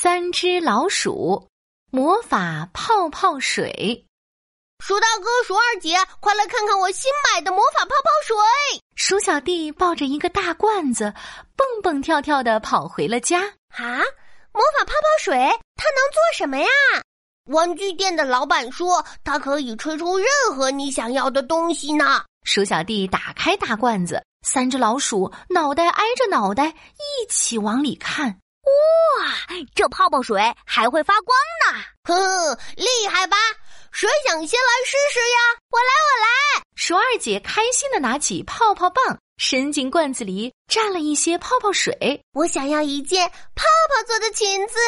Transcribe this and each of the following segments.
3只老鼠，魔法泡泡水。 鼠大哥、鼠二姐，快来看看我新买的魔法泡泡水！ 鼠小弟抱着一个大罐子，蹦蹦跳跳地跑回了家。 啊，魔法泡泡水，它能做什么呀？玩具店的老板说，它可以吹出任何你想要的东西呢。 鼠小弟打开大罐子，3只老鼠脑袋挨着脑袋一起往里看。 哇，这泡泡水还会发光呢！ 哼，厉害吧？谁想先来试试呀？我来！ 鼠二姐开心地拿起泡泡棒，伸进罐子里蘸了一些泡泡水。 我想要一件泡泡做的裙子。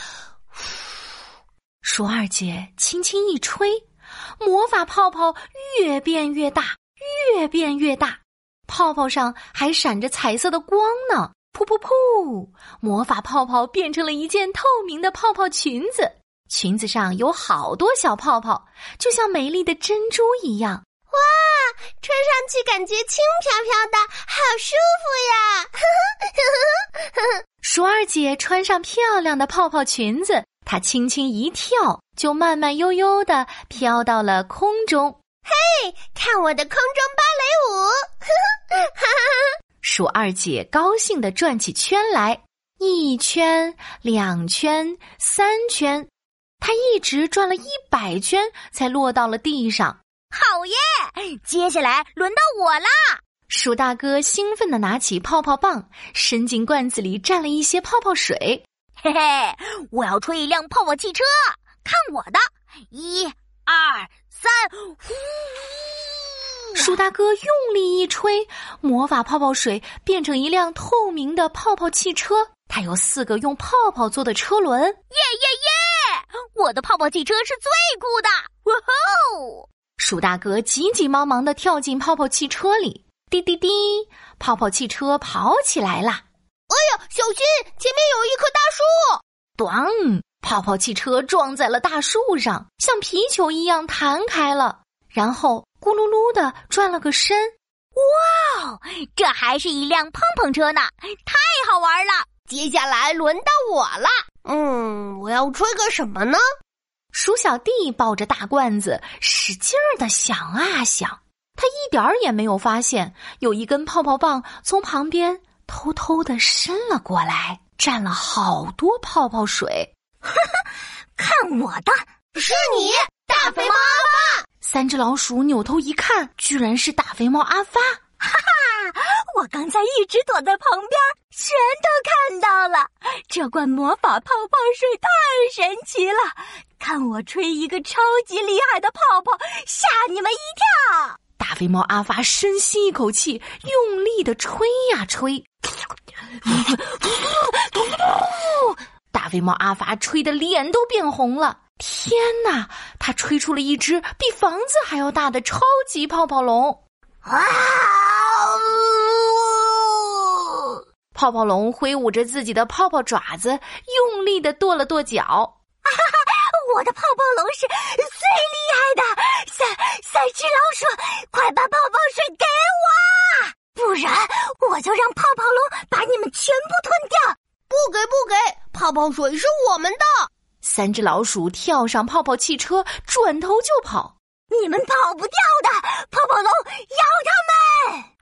鼠二姐轻轻一吹，魔法泡泡越变越大，越变越大，泡泡上还闪着彩色的光呢。噗噗噗，魔法泡泡变成了一件透明的泡泡裙子，裙子上有好多小泡泡，就像美丽的珍珠一样。 哇，穿上去感觉轻飘飘的，好舒服呀！ 鼠二姐穿上漂亮的泡泡裙子，她轻轻一跳，就慢慢悠悠地飘到了空中。 嘿，看我的空中芭蕾舞！ 鼠二姐高兴地转起圈来，1圈、2圈、3圈，她一直转了100圈才落到了地上。 好耶！接下来轮到我啦！ 鼠大哥兴奋地拿起泡泡棒，伸进罐子里蘸了一些泡泡水。 嘿嘿，我要吹一辆泡泡汽车，看我的！1、2、3，呼！ 鼠大哥用力一吹，魔法泡泡水变成一辆透明的泡泡汽车，它有4个用泡泡做的车轮。 耶！我的泡泡汽车是最酷的！哇吼！ 鼠大哥急急忙忙地跳进泡泡汽车里，滴滴滴，泡泡汽车跑起来啦！ 哎呀，小心，前面有一棵大树！ 咣，泡泡汽车撞在了大树上，像皮球一样弹开了，然后咕噜噜地转了个身。 哇，这还是一辆碰碰车呢，太好玩了！ 接下来轮到我了。我要吹个什么呢？ 鼠小弟抱着大罐子，使劲儿地想啊想，他一点儿也没有发现有一根泡泡棒从旁边偷偷地伸了过来，蘸了好多泡泡水。 看我的！ 是你，大肥猫阿发 ！3只老鼠扭头一看，居然是大肥猫阿发。 哈哈，我刚才一直躲在旁边，全都看到了。这罐魔法泡泡水太神奇了，看我吹一个超级厉害的泡泡，吓你们一跳！ 大肥猫阿发深吸一口气，用力地吹呀吹。大肥猫阿发吹得脸都变红了。天哪，他吹出了一只比房子还要大的超级泡泡龙！泡泡龙挥舞着自己的泡泡爪子，用力地跺了跺脚。 我的泡泡龙是最厉害的！三只老鼠，快把泡泡水给我，不然我就让泡泡龙把你们全部吞掉！ 不给，泡泡水是我们的 ！3只老鼠跳上泡泡汽车，转头就跑。 你们跑不掉的，泡泡龙咬他们！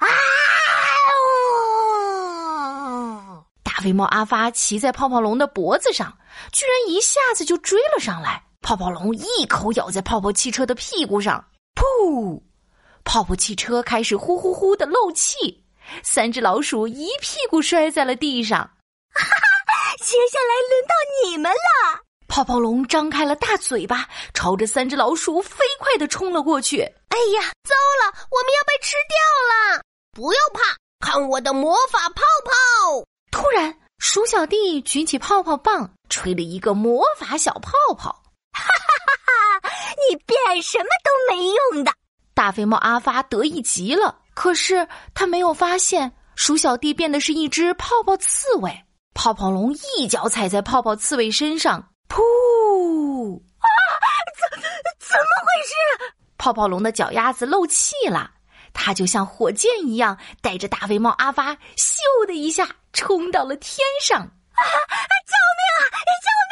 大肥猫阿发骑在泡泡龙的脖子上，居然一下子就追了上来。泡泡龙一口咬在泡泡汽车的屁股上，噗！泡泡汽车开始呼呼呼的漏气，3只老鼠一屁股摔在了地上。 接下来轮到你们了！ 泡泡龙张开了大嘴巴，朝着3只老鼠飞快地冲了过去。 哎呀，糟了，我们要被吃掉了！不要怕，看我的魔法泡泡！ 突然，鼠小弟举起泡泡棒，吹了一个魔法小泡泡。 哈哈哈！你变什么都没用的！ 大肥猫阿发得意极了，可是他没有发现鼠小弟变的是一只泡泡刺猬。泡泡龙一脚踩在泡泡刺猬身上，噗！ 啊！怎么回事？ 泡泡龙的脚丫子漏气了，它就像火箭一样，带着大肥猫阿发，咻的一下冲到了天上。 救命啊！救命！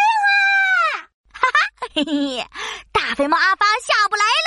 嘿嘿，大肥猫阿发下不来